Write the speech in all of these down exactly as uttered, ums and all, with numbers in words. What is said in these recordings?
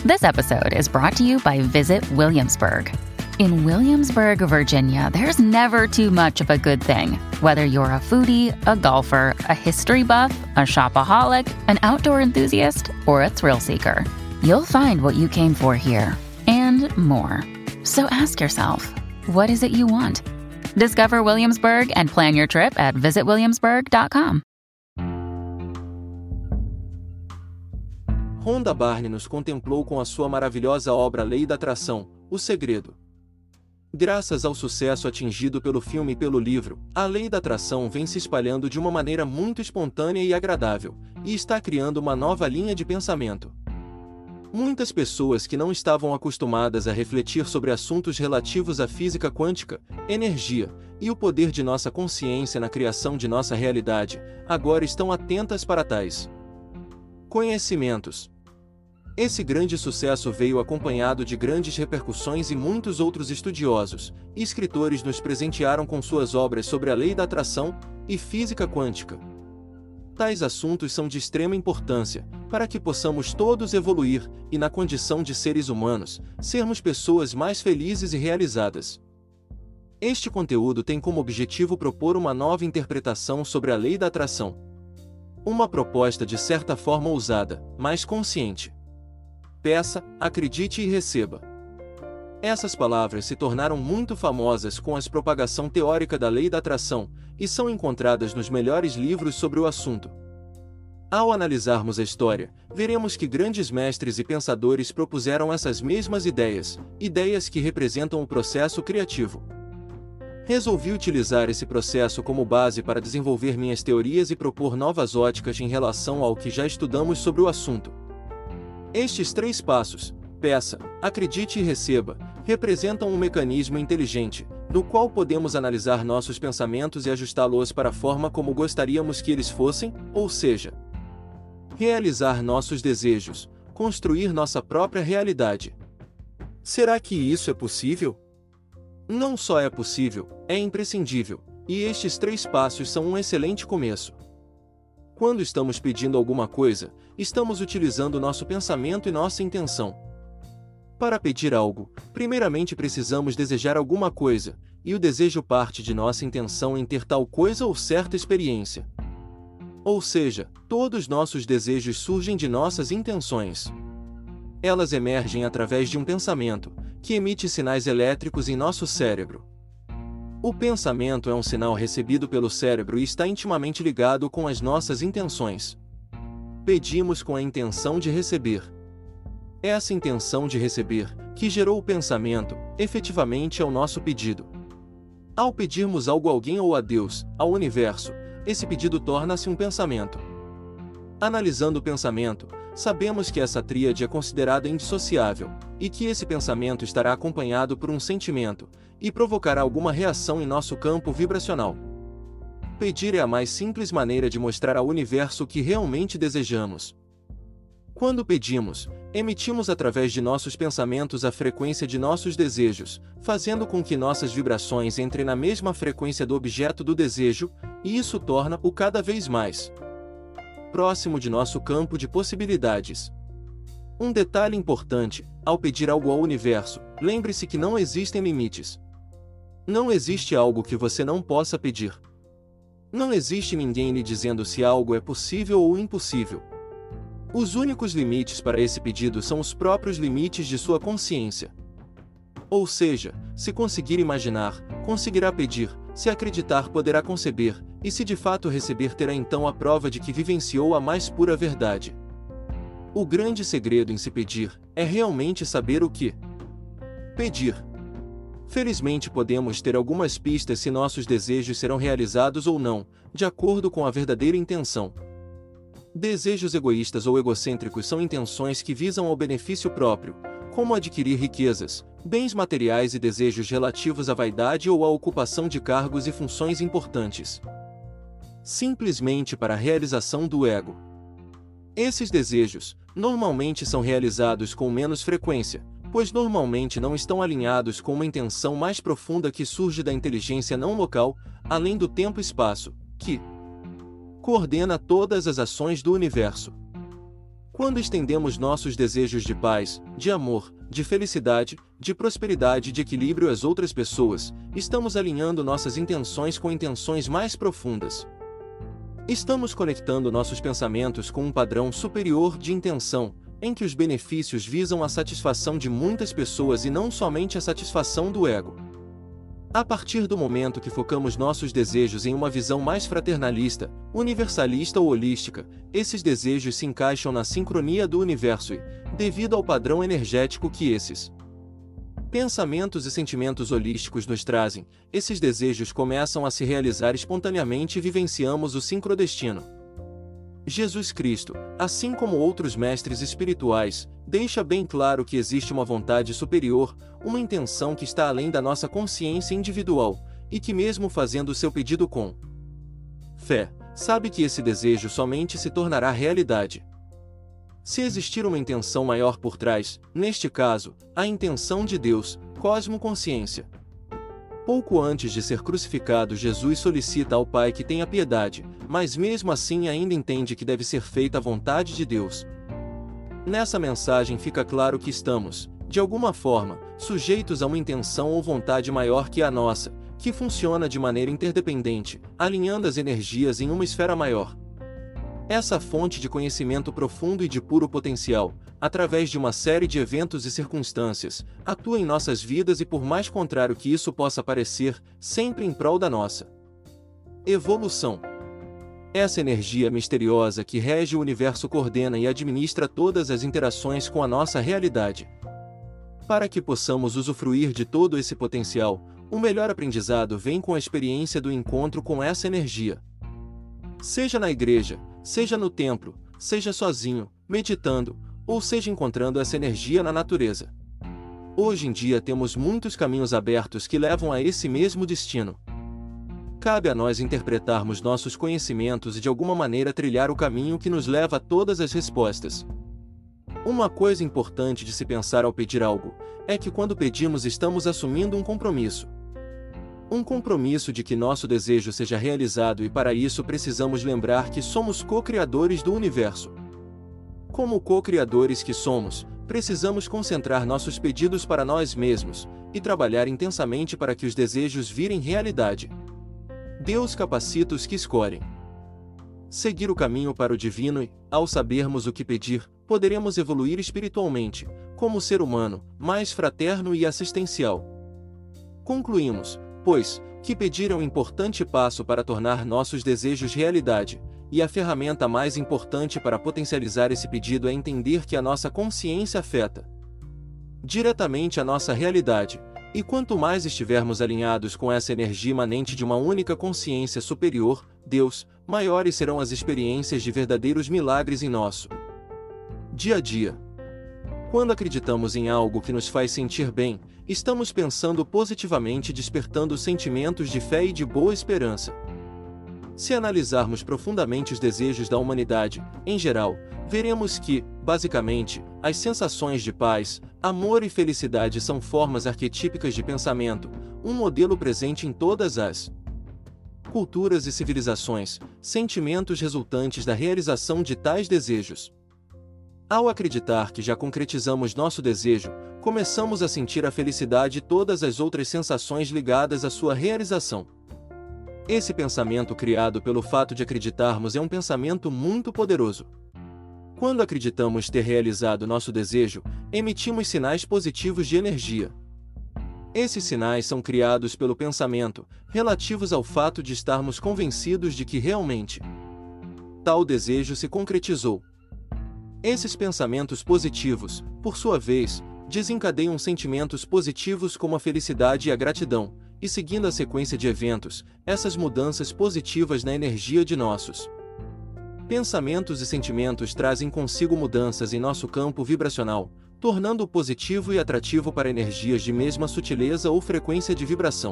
This episode is brought to you by Visit Williamsburg. In Williamsburg, Virginia, there's never too much of a good thing. Whether you're a foodie, a golfer, a history buff, a shopaholic, an outdoor enthusiast, or a thrill seeker, you'll find what you came for here and more. So ask yourself, what is it you want? Discover Williamsburg and plan your trip at visit williamsburg dot com. Rhonda Byrne nos contemplou com a sua maravilhosa obra Lei da Atração, O Segredo. Graças ao sucesso atingido pelo filme e pelo livro, a Lei da Atração vem se espalhando de uma maneira muito espontânea e agradável, e está criando uma nova linha de pensamento. Muitas pessoas que não estavam acostumadas a refletir sobre assuntos relativos à física quântica, energia e o poder de nossa consciência na criação de nossa realidade, agora estão atentas para tais conhecimentos. Esse grande sucesso veio acompanhado de grandes repercussões e muitos outros estudiosos e escritores nos presentearam com suas obras sobre a lei da atração e física quântica. Tais assuntos são de extrema importância, para que possamos todos evoluir e, na condição de seres humanos, sermos pessoas mais felizes e realizadas. Este conteúdo tem como objetivo propor uma nova interpretação sobre a lei da atração. Uma proposta de certa forma ousada, mas consciente. Peça, acredite e receba. Essas palavras se tornaram muito famosas com a propagação teórica da lei da atração, e são encontradas nos melhores livros sobre o assunto. Ao analisarmos a história, veremos que grandes mestres e pensadores propuseram essas mesmas ideias, ideias que representam o processo criativo. Resolvi utilizar esse processo como base para desenvolver minhas teorias e propor novas óticas em relação ao que já estudamos sobre o assunto. Estes três passos, peça, acredite e receba, representam um mecanismo inteligente, no qual podemos analisar nossos pensamentos e ajustá-los para a forma como gostaríamos que eles fossem, ou seja, realizar nossos desejos, construir nossa própria realidade. Será que isso é possível? Não só é possível, é imprescindível, e estes três passos são um excelente começo. Quando estamos pedindo alguma coisa, estamos utilizando nosso pensamento e nossa intenção. Para pedir algo, primeiramente precisamos desejar alguma coisa, e o desejo parte de nossa intenção em ter tal coisa ou certa experiência. Ou seja, todos nossos desejos surgem de nossas intenções. Elas emergem através de um pensamento, que emite sinais elétricos em nosso cérebro. O pensamento é um sinal recebido pelo cérebro e está intimamente ligado com as nossas intenções. Pedimos com a intenção de receber. Essa intenção de receber, que gerou o pensamento, efetivamente é o nosso pedido. Ao pedirmos algo a alguém ou a Deus, ao universo, esse pedido torna-se um pensamento. Analisando o pensamento, sabemos que essa tríade é considerada indissociável, e que esse pensamento estará acompanhado por um sentimento, e provocará alguma reação em nosso campo vibracional. Pedir é a mais simples maneira de mostrar ao universo o que realmente desejamos. Quando pedimos, emitimos através de nossos pensamentos a frequência de nossos desejos, fazendo com que nossas vibrações entrem na mesma frequência do objeto do desejo, e isso torna-o cada vez mais próximo de nosso campo de possibilidades. Um detalhe importante, ao pedir algo ao universo, lembre-se que não existem limites. Não existe algo que você não possa pedir. Não existe ninguém lhe dizendo se algo é possível ou impossível. Os únicos limites para esse pedido são os próprios limites de sua consciência. Ou seja, se conseguir imaginar, conseguirá pedir, se acreditar poderá conceber, e se de fato receber terá então a prova de que vivenciou a mais pura verdade. O grande segredo em se pedir, é realmente saber o que pedir. Felizmente podemos ter algumas pistas se nossos desejos serão realizados ou não, de acordo com a verdadeira intenção. Desejos egoístas ou egocêntricos são intenções que visam ao benefício próprio, como adquirir riquezas, bens materiais e desejos relativos à vaidade ou à ocupação de cargos e funções importantes. Simplesmente para a realização do ego. Esses desejos, normalmente são realizados com menos frequência, pois normalmente não estão alinhados com uma intenção mais profunda que surge da inteligência não local, além do tempo e espaço, que coordena todas as ações do universo. Quando estendemos nossos desejos de paz, de amor, de felicidade, de prosperidade e de equilíbrio às outras pessoas, estamos alinhando nossas intenções com intenções mais profundas. Estamos conectando nossos pensamentos com um padrão superior de intenção, em que os benefícios visam a satisfação de muitas pessoas e não somente a satisfação do ego. A partir do momento que focamos nossos desejos em uma visão mais fraternalista, universalista ou holística, esses desejos se encaixam na sincronia do universo e, devido ao padrão energético que esses pensamentos e sentimentos holísticos nos trazem, esses desejos começam a se realizar espontaneamente e vivenciamos o sincrodestino. Jesus Cristo, assim como outros mestres espirituais, deixa bem claro que existe uma vontade superior, uma intenção que está além da nossa consciência individual, e que mesmo fazendo seu pedido com fé, sabe que esse desejo somente se tornará realidade. Se existir uma intenção maior por trás, neste caso, a intenção de Deus, cosmoconsciência. Pouco antes de ser crucificado, Jesus solicita ao Pai que tenha piedade, mas mesmo assim ainda entende que deve ser feita a vontade de Deus. Nessa mensagem fica claro que estamos, de alguma forma, sujeitos a uma intenção ou vontade maior que a nossa, que funciona de maneira interdependente, alinhando as energias em uma esfera maior. Essa fonte de conhecimento profundo e de puro potencial, através de uma série de eventos e circunstâncias, atua em nossas vidas e, por mais contrário que isso possa parecer, sempre em prol da nossa evolução. Essa energia misteriosa que rege o universo coordena e administra todas as interações com a nossa realidade. Para que possamos usufruir de todo esse potencial, o melhor aprendizado vem com a experiência do encontro com essa energia. Seja na igreja, seja no templo, seja sozinho, meditando, ou seja encontrando essa energia na natureza. Hoje em dia temos muitos caminhos abertos que levam a esse mesmo destino. Cabe a nós interpretarmos nossos conhecimentos e de alguma maneira trilhar o caminho que nos leva a todas as respostas. Uma coisa importante de se pensar ao pedir algo, é que quando pedimos estamos assumindo um compromisso. Um compromisso de que nosso desejo seja realizado e para isso precisamos lembrar que somos co-criadores do universo. Como co-criadores que somos, precisamos concentrar nossos pedidos para nós mesmos, e trabalhar intensamente para que os desejos virem realidade. Deus capacita os que escolhem seguir o caminho para o divino e, ao sabermos o que pedir, poderemos evoluir espiritualmente, como ser humano, mais fraterno e assistencial. Concluímos, pois, que pedir é um importante passo para tornar nossos desejos realidade, e a ferramenta mais importante para potencializar esse pedido é entender que a nossa consciência afeta diretamente a nossa realidade, e quanto mais estivermos alinhados com essa energia imanente de uma única consciência superior, Deus, maiores serão as experiências de verdadeiros milagres em nosso dia a dia. Quando acreditamos em algo que nos faz sentir bem, estamos pensando positivamente e despertando sentimentos de fé e de boa esperança. Se analisarmos profundamente os desejos da humanidade, em geral, veremos que, basicamente, as sensações de paz, amor e felicidade são formas arquetípicas de pensamento, um modelo presente em todas as culturas e civilizações, sentimentos resultantes da realização de tais desejos. Ao acreditar que já concretizamos nosso desejo, começamos a sentir a felicidade e todas as outras sensações ligadas à sua realização. Esse pensamento criado pelo fato de acreditarmos é um pensamento muito poderoso. Quando acreditamos ter realizado nosso desejo, emitimos sinais positivos de energia. Esses sinais são criados pelo pensamento, relativos ao fato de estarmos convencidos de que realmente tal desejo se concretizou. Esses pensamentos positivos, por sua vez, desencadeiam sentimentos positivos como a felicidade e a gratidão, e seguindo a sequência de eventos, essas mudanças positivas na energia de nossos pensamentos e sentimentos trazem consigo mudanças em nosso campo vibracional, tornando-o positivo e atrativo para energias de mesma sutileza ou frequência de vibração.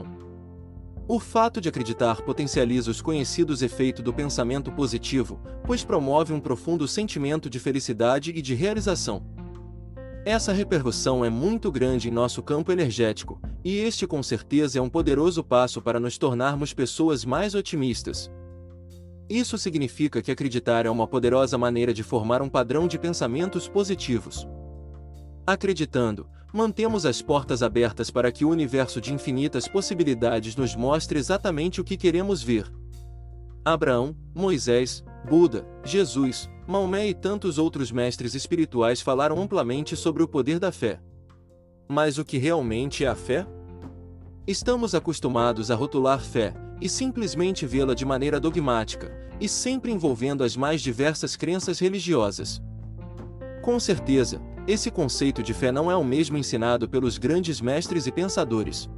O fato de acreditar potencializa os conhecidos efeitos do pensamento positivo, pois promove um profundo sentimento de felicidade e de realização. Essa repercussão é muito grande em nosso campo energético, e este com certeza é um poderoso passo para nos tornarmos pessoas mais otimistas. Isso significa que acreditar é uma poderosa maneira de formar um padrão de pensamentos positivos. Acreditando, mantemos as portas abertas para que o universo de infinitas possibilidades nos mostre exatamente o que queremos ver. Abraão, Moisés, Buda, Jesus, Maomé e tantos outros mestres espirituais falaram amplamente sobre o poder da fé. Mas o que realmente é a fé? Estamos acostumados a rotular fé, e simplesmente vê-la de maneira dogmática, e sempre envolvendo as mais diversas crenças religiosas. Com certeza, esse conceito de fé não é o mesmo ensinado pelos grandes mestres e pensadores.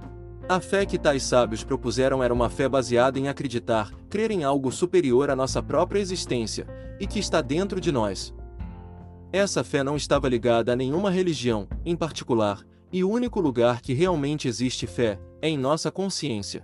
A fé que tais sábios propuseram era uma fé baseada em acreditar, crer em algo superior à nossa própria existência, e que está dentro de nós. Essa fé não estava ligada a nenhuma religião, em particular, e o único lugar que realmente existe fé é em nossa consciência.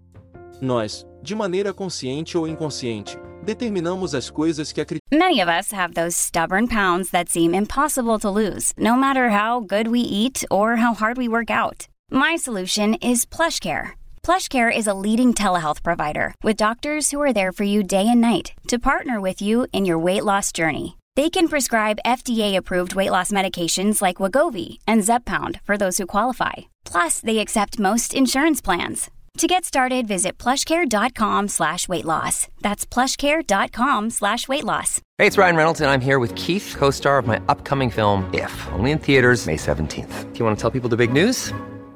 Nós, de maneira consciente ou inconsciente, determinamos as coisas que acreditamos. Many of us have those stubborn pounds that seem impossible to lose, no matter how good we eat or how hard we work out. My solution is PlushCare. PlushCare is a leading telehealth provider with doctors who are there for you day and night to partner with you in your weight loss journey. They can prescribe F D A-approved weight loss medications like Wegovy and Zepbound for those who qualify. Plus, they accept most insurance plans. To get started, visit plushcare.com slash weight loss. That's plushcare.com slash weight loss. Hey, it's Ryan Reynolds, and I'm here with Keith, co-star of my upcoming film, If, only in theaters May seventeenth. Do you want to tell people the big news?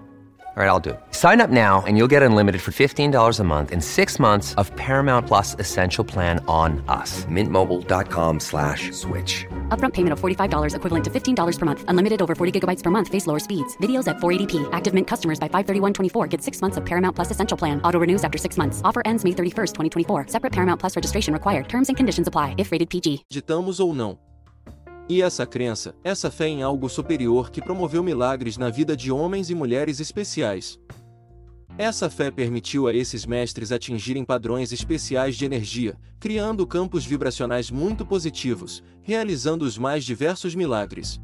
All right, I'll do it. Sign up now and you'll get unlimited for fifteen dollars a month and six months of Paramount Plus Essential Plan on us. Mint Mobile dot com slash switch. Upfront payment of forty-five dollars equivalent to fifteen dollars per month. Unlimited over forty gigabytes per month. Face lower speeds. Videos at four eighty p. Active Mint customers by five thirty-one twenty-four get six months of Paramount Plus Essential Plan. Auto renews after six months. Offer ends May thirty-first, twenty twenty-four. Separate Paramount Plus registration required. Terms and conditions apply if rated P G. Acreditamos ou não. E essa crença, essa fé em algo superior que promoveu milagres na vida de homens e mulheres especiais. Essa fé permitiu a esses mestres atingirem padrões especiais de energia, criando campos vibracionais muito positivos, realizando os mais diversos milagres.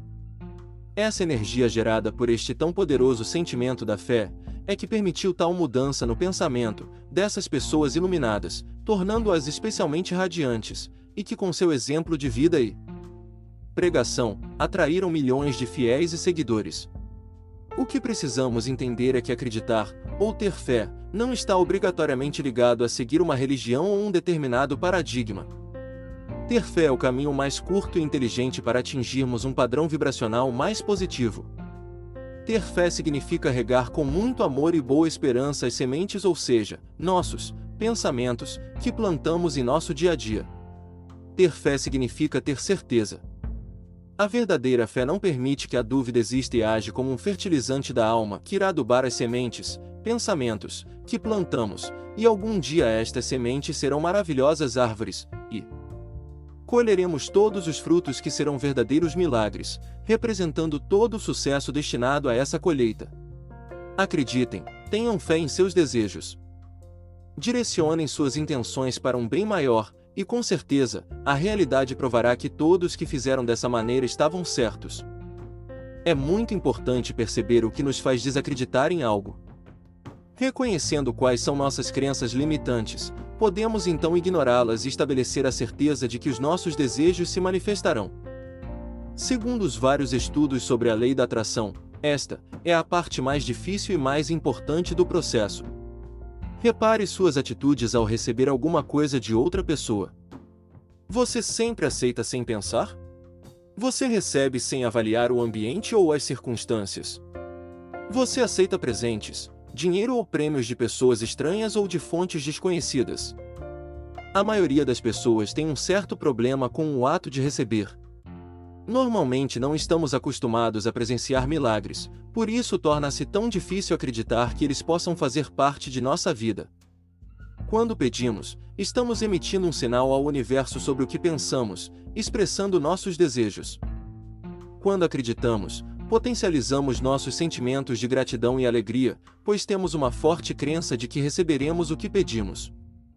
Essa energia gerada por este tão poderoso sentimento da fé, é que permitiu tal mudança no pensamento dessas pessoas iluminadas, tornando-as especialmente radiantes, e que com seu exemplo de vida e pregação, atraíram milhões de fiéis e seguidores. O que precisamos entender é que acreditar, ou ter fé, não está obrigatoriamente ligado a seguir uma religião ou um determinado paradigma. Ter fé é o caminho mais curto e inteligente para atingirmos um padrão vibracional mais positivo. Ter fé significa regar com muito amor e boa esperança as sementes, ou seja, nossos pensamentos, que plantamos em nosso dia a dia. Ter fé significa ter certeza. A verdadeira fé não permite que a dúvida exista e age como um fertilizante da alma que irá adubar as sementes, pensamentos, que plantamos, e algum dia estas sementes serão maravilhosas árvores, e colheremos todos os frutos que serão verdadeiros milagres, representando todo o sucesso destinado a essa colheita. Acreditem, tenham fé em seus desejos. Direcionem suas intenções para um bem maior, e com certeza, a realidade provará que todos que fizeram dessa maneira estavam certos. É muito importante perceber o que nos faz desacreditar em algo. Reconhecendo quais são nossas crenças limitantes, podemos então ignorá-las e estabelecer a certeza de que os nossos desejos se manifestarão. Segundo os vários estudos sobre a lei da atração, esta é a parte mais difícil e mais importante do processo. Repare suas atitudes ao receber alguma coisa de outra pessoa. Você sempre aceita sem pensar? Você recebe sem avaliar o ambiente ou as circunstâncias? Você aceita presentes, dinheiro ou prêmios de pessoas estranhas ou de fontes desconhecidas? A maioria das pessoas tem um certo problema com o ato de receber. Normalmente não estamos acostumados a presenciar milagres, por isso torna-se tão difícil acreditar que eles possam fazer parte de nossa vida. Quando pedimos, estamos emitindo um sinal ao universo sobre o que pensamos, expressando nossos desejos. Quando acreditamos, potencializamos nossos sentimentos de gratidão e alegria, pois temos uma forte crença de que receberemos o que pedimos.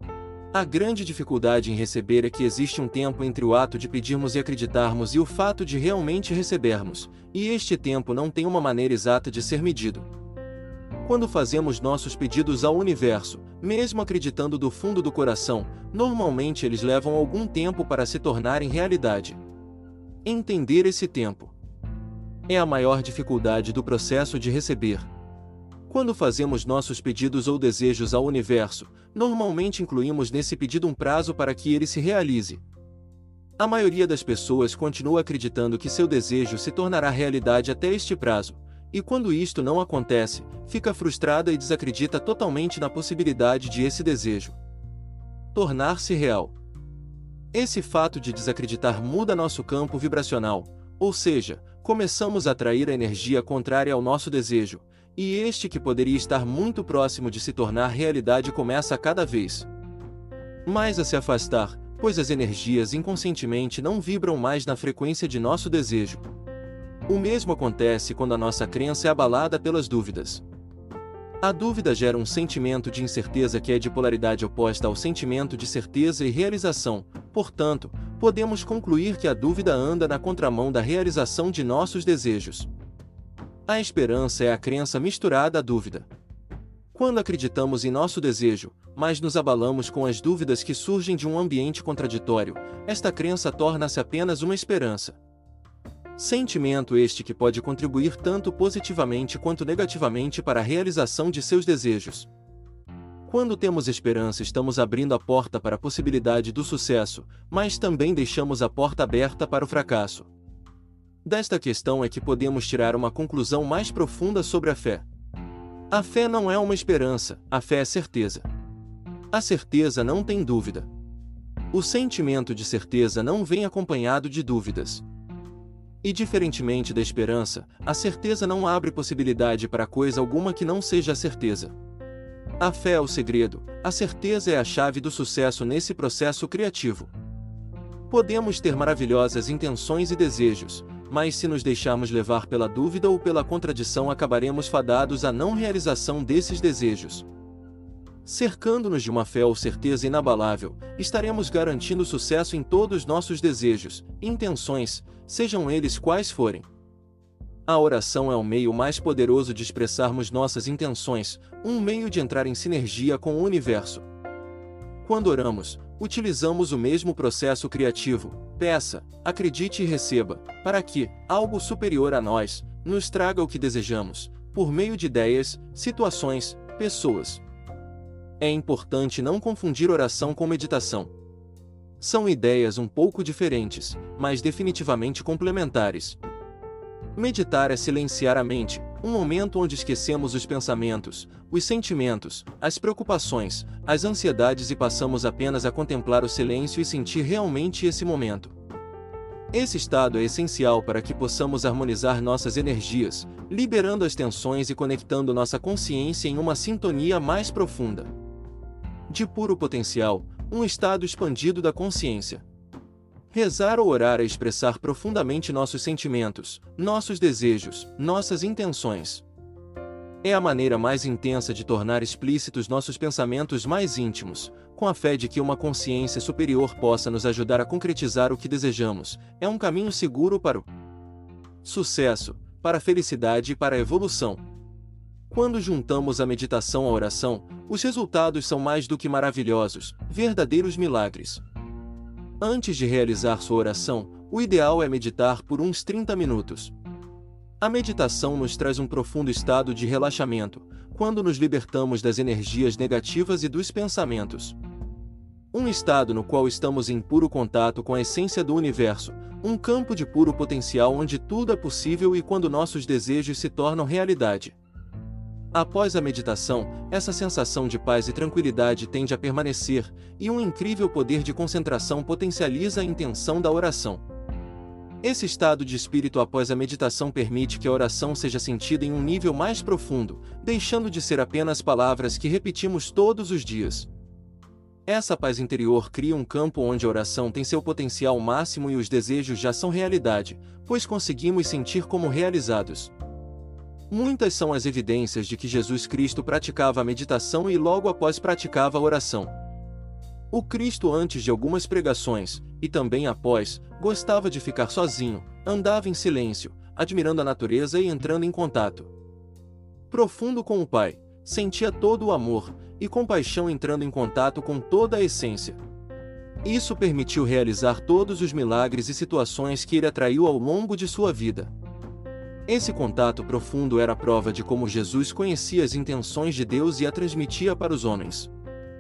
A grande dificuldade em receber é que existe um tempo entre o ato de pedirmos e acreditarmos e o fato de realmente recebermos, e este tempo não tem uma maneira exata de ser medido. Quando fazemos nossos pedidos ao universo, mesmo acreditando do fundo do coração, normalmente eles levam algum tempo para se tornarem realidade. Entender esse tempo é a maior dificuldade do processo de receber. Quando fazemos nossos pedidos ou desejos ao universo, normalmente incluímos nesse pedido um prazo para que ele se realize. A maioria das pessoas continua acreditando que seu desejo se tornará realidade até este prazo, e quando isto não acontece, fica frustrada e desacredita totalmente na possibilidade de esse desejo tornar-se real. Esse fato de desacreditar muda nosso campo vibracional, ou seja, começamos a atrair a energia contrária ao nosso desejo, e este que poderia estar muito próximo de se tornar realidade começa a cada vez mais a se afastar, pois as energias inconscientemente não vibram mais na frequência de nosso desejo. O mesmo acontece quando a nossa crença é abalada pelas dúvidas. A dúvida gera um sentimento de incerteza que é de polaridade oposta ao sentimento de certeza e realização, portanto, podemos concluir que a dúvida anda na contramão da realização de nossos desejos. A esperança é a crença misturada à dúvida. Quando acreditamos em nosso desejo, mas nos abalamos com as dúvidas que surgem de um ambiente contraditório, esta crença torna-se apenas uma esperança. Sentimento este que pode contribuir tanto positivamente quanto negativamente para a realização de seus desejos. Quando temos esperança, estamos abrindo a porta para a possibilidade do sucesso, mas também deixamos a porta aberta para o fracasso. Desta questão é que podemos tirar uma conclusão mais profunda sobre a fé. A fé não é uma esperança, a fé é certeza. A certeza não tem dúvida. O sentimento de certeza não vem acompanhado de dúvidas. E diferentemente da esperança, a certeza não abre possibilidade para coisa alguma que não seja a certeza. A fé é o segredo, a certeza é a chave do sucesso nesse processo criativo. Podemos ter maravilhosas intenções e desejos, mas se nos deixarmos levar pela dúvida ou pela contradição, acabaremos fadados à não realização desses desejos. Cercando-nos de uma fé ou certeza inabalável, estaremos garantindo sucesso em todos nossos desejos, intenções, sejam eles quais forem. A oração é o meio mais poderoso de expressarmos nossas intenções, um meio de entrar em sinergia com o universo. Quando oramos, utilizamos o mesmo processo criativo: peça, acredite e receba, para que algo superior a nós nos traga o que desejamos, por meio de ideias, situações, pessoas. É importante não confundir oração com meditação. São ideias um pouco diferentes, mas definitivamente complementares. Meditar é silenciar a mente, um momento onde esquecemos os pensamentos, os sentimentos, as preocupações, as ansiedades e passamos apenas a contemplar o silêncio e sentir realmente esse momento. Esse estado é essencial para que possamos harmonizar nossas energias, liberando as tensões e conectando nossa consciência em uma sintonia mais profunda. De puro potencial, um estado expandido da consciência. Rezar ou orar é expressar profundamente nossos sentimentos, nossos desejos, nossas intenções. É a maneira mais intensa de tornar explícitos nossos pensamentos mais íntimos, com a fé de que uma consciência superior possa nos ajudar a concretizar o que desejamos. É um caminho seguro para o sucesso, para a felicidade e para a evolução. Quando juntamos a meditação à oração, os resultados são mais do que maravilhosos, verdadeiros milagres. Antes de realizar sua oração, o ideal é meditar por uns trinta minutos. A meditação nos traz um profundo estado de relaxamento, quando nos libertamos das energias negativas e dos pensamentos. Um estado no qual estamos em puro contato com a essência do universo, um campo de puro potencial onde tudo é possível e quando nossos desejos se tornam realidade. Após a meditação, essa sensação de paz e tranquilidade tende a permanecer, e um incrível poder de concentração potencializa a intenção da oração. Esse estado de espírito após a meditação permite que a oração seja sentida em um nível mais profundo, deixando de ser apenas palavras que repetimos todos os dias. Essa paz interior cria um campo onde a oração tem seu potencial máximo e os desejos já são realidade, pois conseguimos sentir como realizados. Muitas são as evidências de que Jesus Cristo praticava a meditação e logo após praticava a oração. O Cristo, antes de algumas pregações, e também após, gostava de ficar sozinho, andava em silêncio, admirando a natureza e entrando em contato profundo com o Pai, sentia todo o amor e compaixão entrando em contato com toda a essência. Isso permitiu realizar todos os milagres e situações que ele atraiu ao longo de sua vida. Esse contato profundo era a prova de como Jesus conhecia as intenções de Deus e a transmitia para os homens.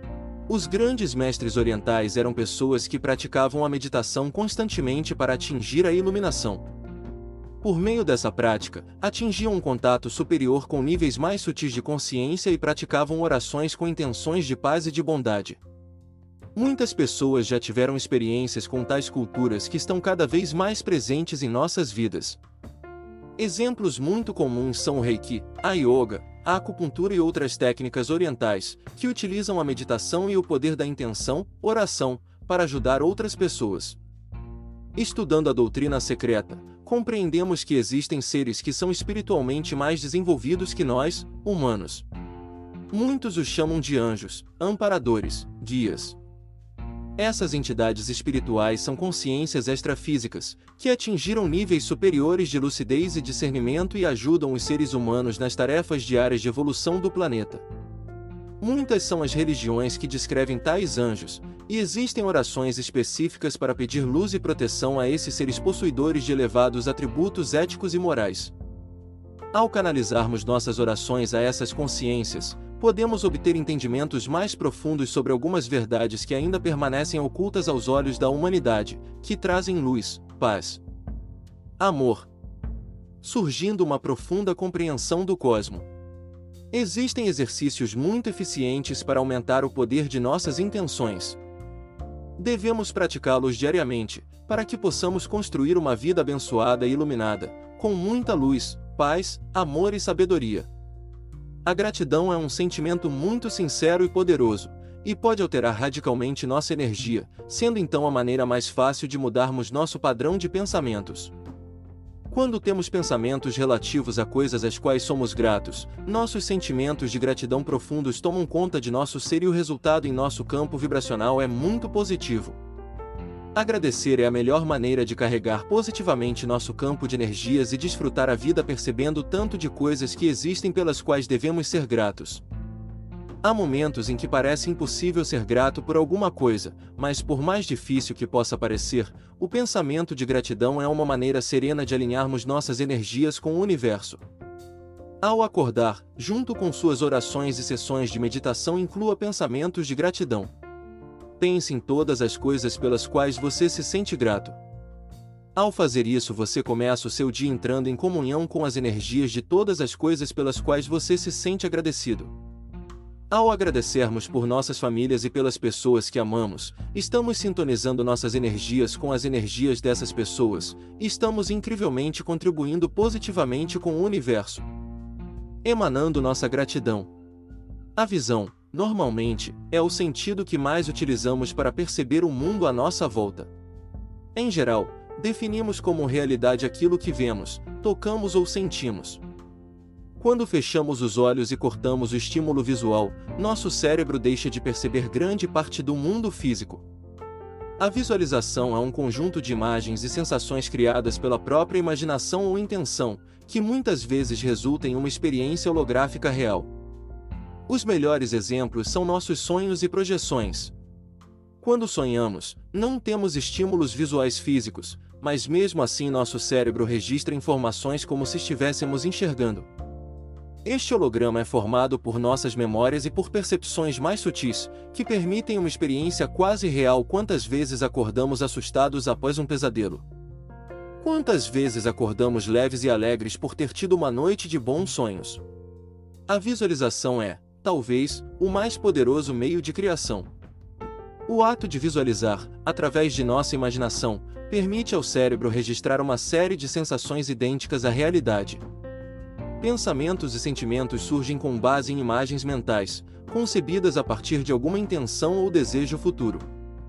Os grandes mestres orientais eram pessoas que praticavam a meditação constantemente para atingir a iluminação. Por meio dessa prática, atingiam um contato superior com níveis mais sutis de consciência e praticavam orações com intenções de paz e de bondade. Muitas pessoas já tiveram experiências com tais culturas que estão cada vez mais presentes em nossas vidas. Exemplos muito comuns são o Reiki, a Yoga, a acupuntura e outras técnicas orientais, que utilizam a meditação e o poder da intenção, oração, para ajudar outras pessoas. Estudando a doutrina secreta, compreendemos que existem seres que são espiritualmente mais desenvolvidos que nós, humanos. Muitos os chamam de anjos, amparadores, guias. Essas entidades espirituais são consciências extrafísicas, que atingiram níveis superiores de lucidez e discernimento e ajudam os seres humanos nas tarefas diárias de evolução do planeta. Muitas são as religiões que descrevem tais anjos, e existem orações específicas para pedir luz e proteção a esses seres possuidores de elevados atributos éticos e morais. Ao canalizarmos nossas orações a essas consciências, podemos obter entendimentos mais profundos sobre algumas verdades que ainda permanecem ocultas aos olhos da humanidade, que trazem luz, paz, amor, surgindo uma profunda compreensão do cosmos. Existem exercícios muito eficientes para aumentar o poder de nossas intenções. Devemos praticá-los diariamente, para que possamos construir uma vida abençoada e iluminada, com muita luz, paz, amor e sabedoria. A gratidão é um sentimento muito sincero e poderoso, e pode alterar radicalmente nossa energia, sendo então a maneira mais fácil de mudarmos nosso padrão de pensamentos. Quando temos pensamentos relativos a coisas às quais somos gratos, nossos sentimentos de gratidão profundos tomam conta de nosso ser e o resultado em nosso campo vibracional é muito positivo. Agradecer é a melhor maneira de carregar positivamente nosso campo de energias e desfrutar a vida percebendo tanto de coisas que existem pelas quais devemos ser gratos. Há momentos em que parece impossível ser grato por alguma coisa, mas por mais difícil que possa parecer, o pensamento de gratidão é uma maneira serena de alinharmos nossas energias com o universo. Ao acordar, junto com suas orações e sessões de meditação, inclua pensamentos de gratidão. Pense em todas as coisas pelas quais você se sente grato. Ao fazer isso, você começa o seu dia entrando em comunhão com as energias de todas as coisas pelas quais você se sente agradecido. Ao agradecermos por nossas famílias e pelas pessoas que amamos, estamos sintonizando nossas energias com as energias dessas pessoas, e estamos incrivelmente contribuindo positivamente com o universo, emanando nossa gratidão. A visão, normalmente, é o sentido que mais utilizamos para perceber o mundo à nossa volta. Em geral, definimos como realidade aquilo que vemos, tocamos ou sentimos. Quando fechamos os olhos e cortamos o estímulo visual, nosso cérebro deixa de perceber grande parte do mundo físico. A visualização é um conjunto de imagens e sensações criadas pela própria imaginação ou intenção, que muitas vezes resulta em uma experiência holográfica real. Os melhores exemplos são nossos sonhos e projeções. Quando sonhamos, não temos estímulos visuais físicos, mas mesmo assim nosso cérebro registra informações como se estivéssemos enxergando. Este holograma é formado por nossas memórias e por percepções mais sutis, que permitem uma experiência quase real. Quantas vezes acordamos assustados após um pesadelo? Quantas vezes acordamos leves e alegres por ter tido uma noite de bons sonhos? A visualização é, talvez, o mais poderoso meio de criação. O ato de visualizar, através de nossa imaginação, permite ao cérebro registrar uma série de sensações idênticas à realidade. Pensamentos e sentimentos surgem com base em imagens mentais, concebidas a partir de alguma intenção ou desejo futuro.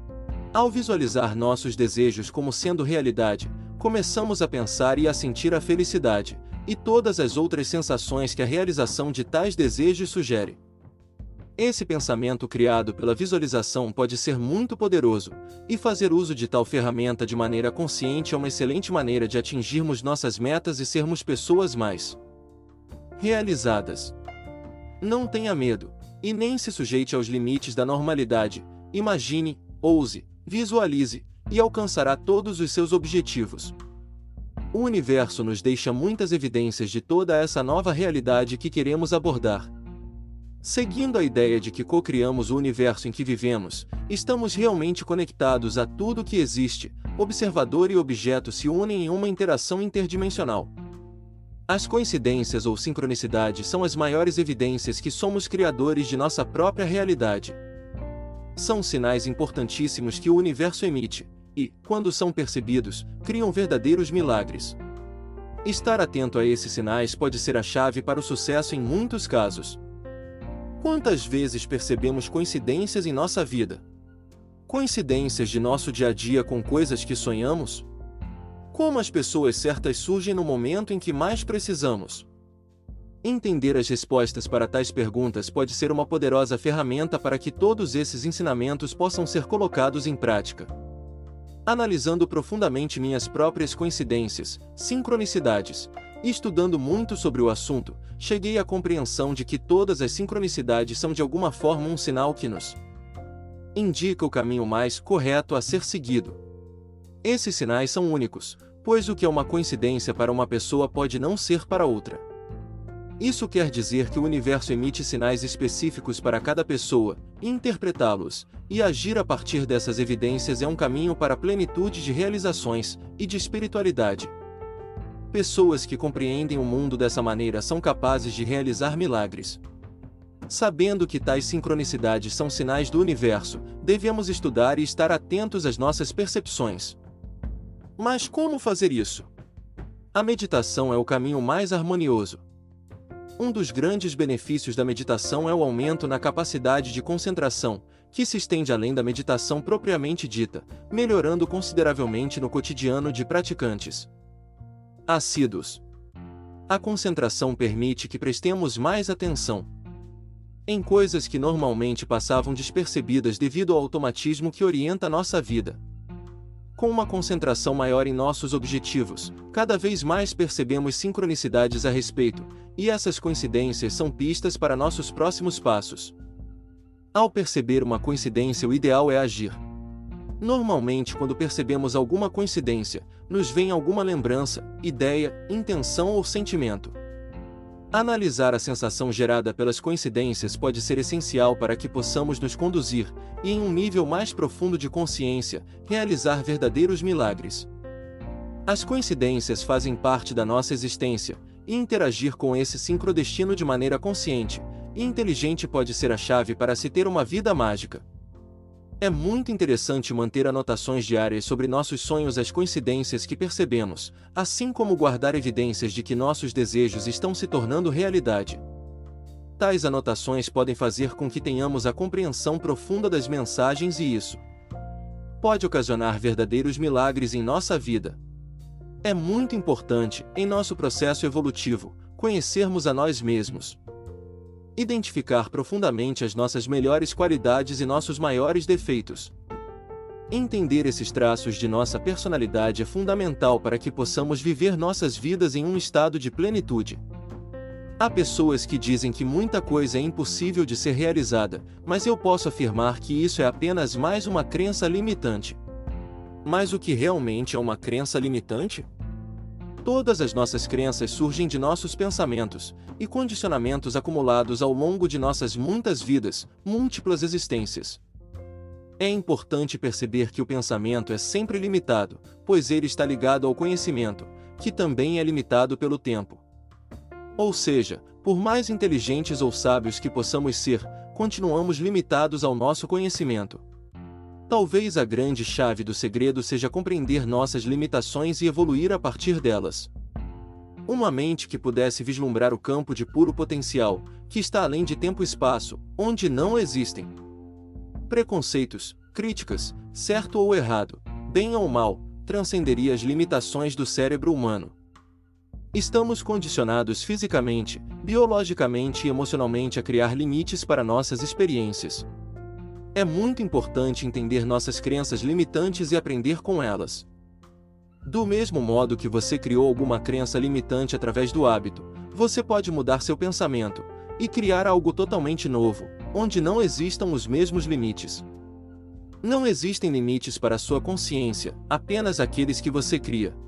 Ao visualizar nossos desejos como sendo realidade, começamos a pensar e a sentir a felicidade, e todas as outras sensações que a realização de tais desejos sugere. Esse pensamento criado pela visualização pode ser muito poderoso, e fazer uso de tal ferramenta de maneira consciente é uma excelente maneira de atingirmos nossas metas e sermos pessoas mais realizadas. Não tenha medo, e nem se sujeite aos limites da normalidade. Imagine, ouse, visualize, e alcançará todos os seus objetivos. O universo nos deixa muitas evidências de toda essa nova realidade que queremos abordar. Seguindo a ideia de que co-criamos o universo em que vivemos, estamos realmente conectados a tudo que existe, observador e objeto se unem em uma interação interdimensional. As coincidências ou sincronicidades são as maiores evidências que somos criadores de nossa própria realidade. São sinais importantíssimos que o universo emite, e, quando são percebidos, criam verdadeiros milagres. Estar atento a esses sinais pode ser a chave para o sucesso em muitos casos. Quantas vezes percebemos coincidências em nossa vida? Coincidências de nosso dia a dia com coisas que sonhamos? Como as pessoas certas surgem no momento em que mais precisamos? Entender as respostas para tais perguntas pode ser uma poderosa ferramenta para que todos esses ensinamentos possam ser colocados em prática. Analisando profundamente minhas próprias coincidências, sincronicidades, e estudando muito sobre o assunto, cheguei à compreensão de que todas as sincronicidades são de alguma forma um sinal que nos indica o caminho mais correto a ser seguido. Esses sinais são únicos, pois o que é uma coincidência para uma pessoa pode não ser para outra. Isso quer dizer que o universo emite sinais específicos para cada pessoa, e interpretá-los, e agir a partir dessas evidências é um caminho para a plenitude de realizações e de espiritualidade. Pessoas que compreendem o mundo dessa maneira são capazes de realizar milagres. Sabendo que tais sincronicidades são sinais do universo, devemos estudar e estar atentos às nossas percepções. Mas como fazer isso? A meditação é o caminho mais harmonioso. Um dos grandes benefícios da meditação é o aumento na capacidade de concentração, que se estende além da meditação propriamente dita, melhorando consideravelmente no cotidiano de praticantes assíduos. A concentração permite que prestemos mais atenção em coisas que normalmente passavam despercebidas devido ao automatismo que orienta nossa vida. Com uma concentração maior em nossos objetivos, cada vez mais percebemos sincronicidades a respeito, e essas coincidências são pistas para nossos próximos passos. Ao perceber uma coincidência, o ideal é agir. Normalmente, quando percebemos alguma coincidência, nos vem alguma lembrança, ideia, intenção ou sentimento. Analisar a sensação gerada pelas coincidências pode ser essencial para que possamos nos conduzir, e em um nível mais profundo de consciência, realizar verdadeiros milagres. As coincidências fazem parte da nossa existência, e interagir com esse sincrodestino de maneira consciente e inteligente pode ser a chave para se ter uma vida mágica. É muito interessante manter anotações diárias sobre nossos sonhos e as coincidências que percebemos, assim como guardar evidências de que nossos desejos estão se tornando realidade. Tais anotações podem fazer com que tenhamos a compreensão profunda das mensagens e isso pode ocasionar verdadeiros milagres em nossa vida. É muito importante, em nosso processo evolutivo, conhecermos a nós mesmos. Identificar profundamente as nossas melhores qualidades e nossos maiores defeitos. Entender esses traços de nossa personalidade é fundamental para que possamos viver nossas vidas em um estado de plenitude. Há pessoas que dizem que muita coisa é impossível de ser realizada, mas eu posso afirmar que isso é apenas mais uma crença limitante. Mas o que realmente é uma crença limitante? Todas as nossas crenças surgem de nossos pensamentos e condicionamentos acumulados ao longo de nossas muitas vidas, múltiplas existências. É importante perceber que o pensamento é sempre limitado, pois ele está ligado ao conhecimento, que também é limitado pelo tempo. Ou seja, por mais inteligentes ou sábios que possamos ser, continuamos limitados ao nosso conhecimento. Talvez a grande chave do segredo seja compreender nossas limitações e evoluir a partir delas. Uma mente que pudesse vislumbrar o campo de puro potencial, que está além de tempo e espaço, onde não existem preconceitos, críticas, certo ou errado, bem ou mal, transcenderia as limitações do cérebro humano. Estamos condicionados fisicamente, biologicamente e emocionalmente a criar limites para nossas experiências. É muito importante entender nossas crenças limitantes e aprender com elas. Do mesmo modo que você criou alguma crença limitante através do hábito, Você pode mudar seu pensamento e criar algo totalmente novo, onde não existam os mesmos limites. Não existem limites para sua consciência, apenas aqueles que você cria.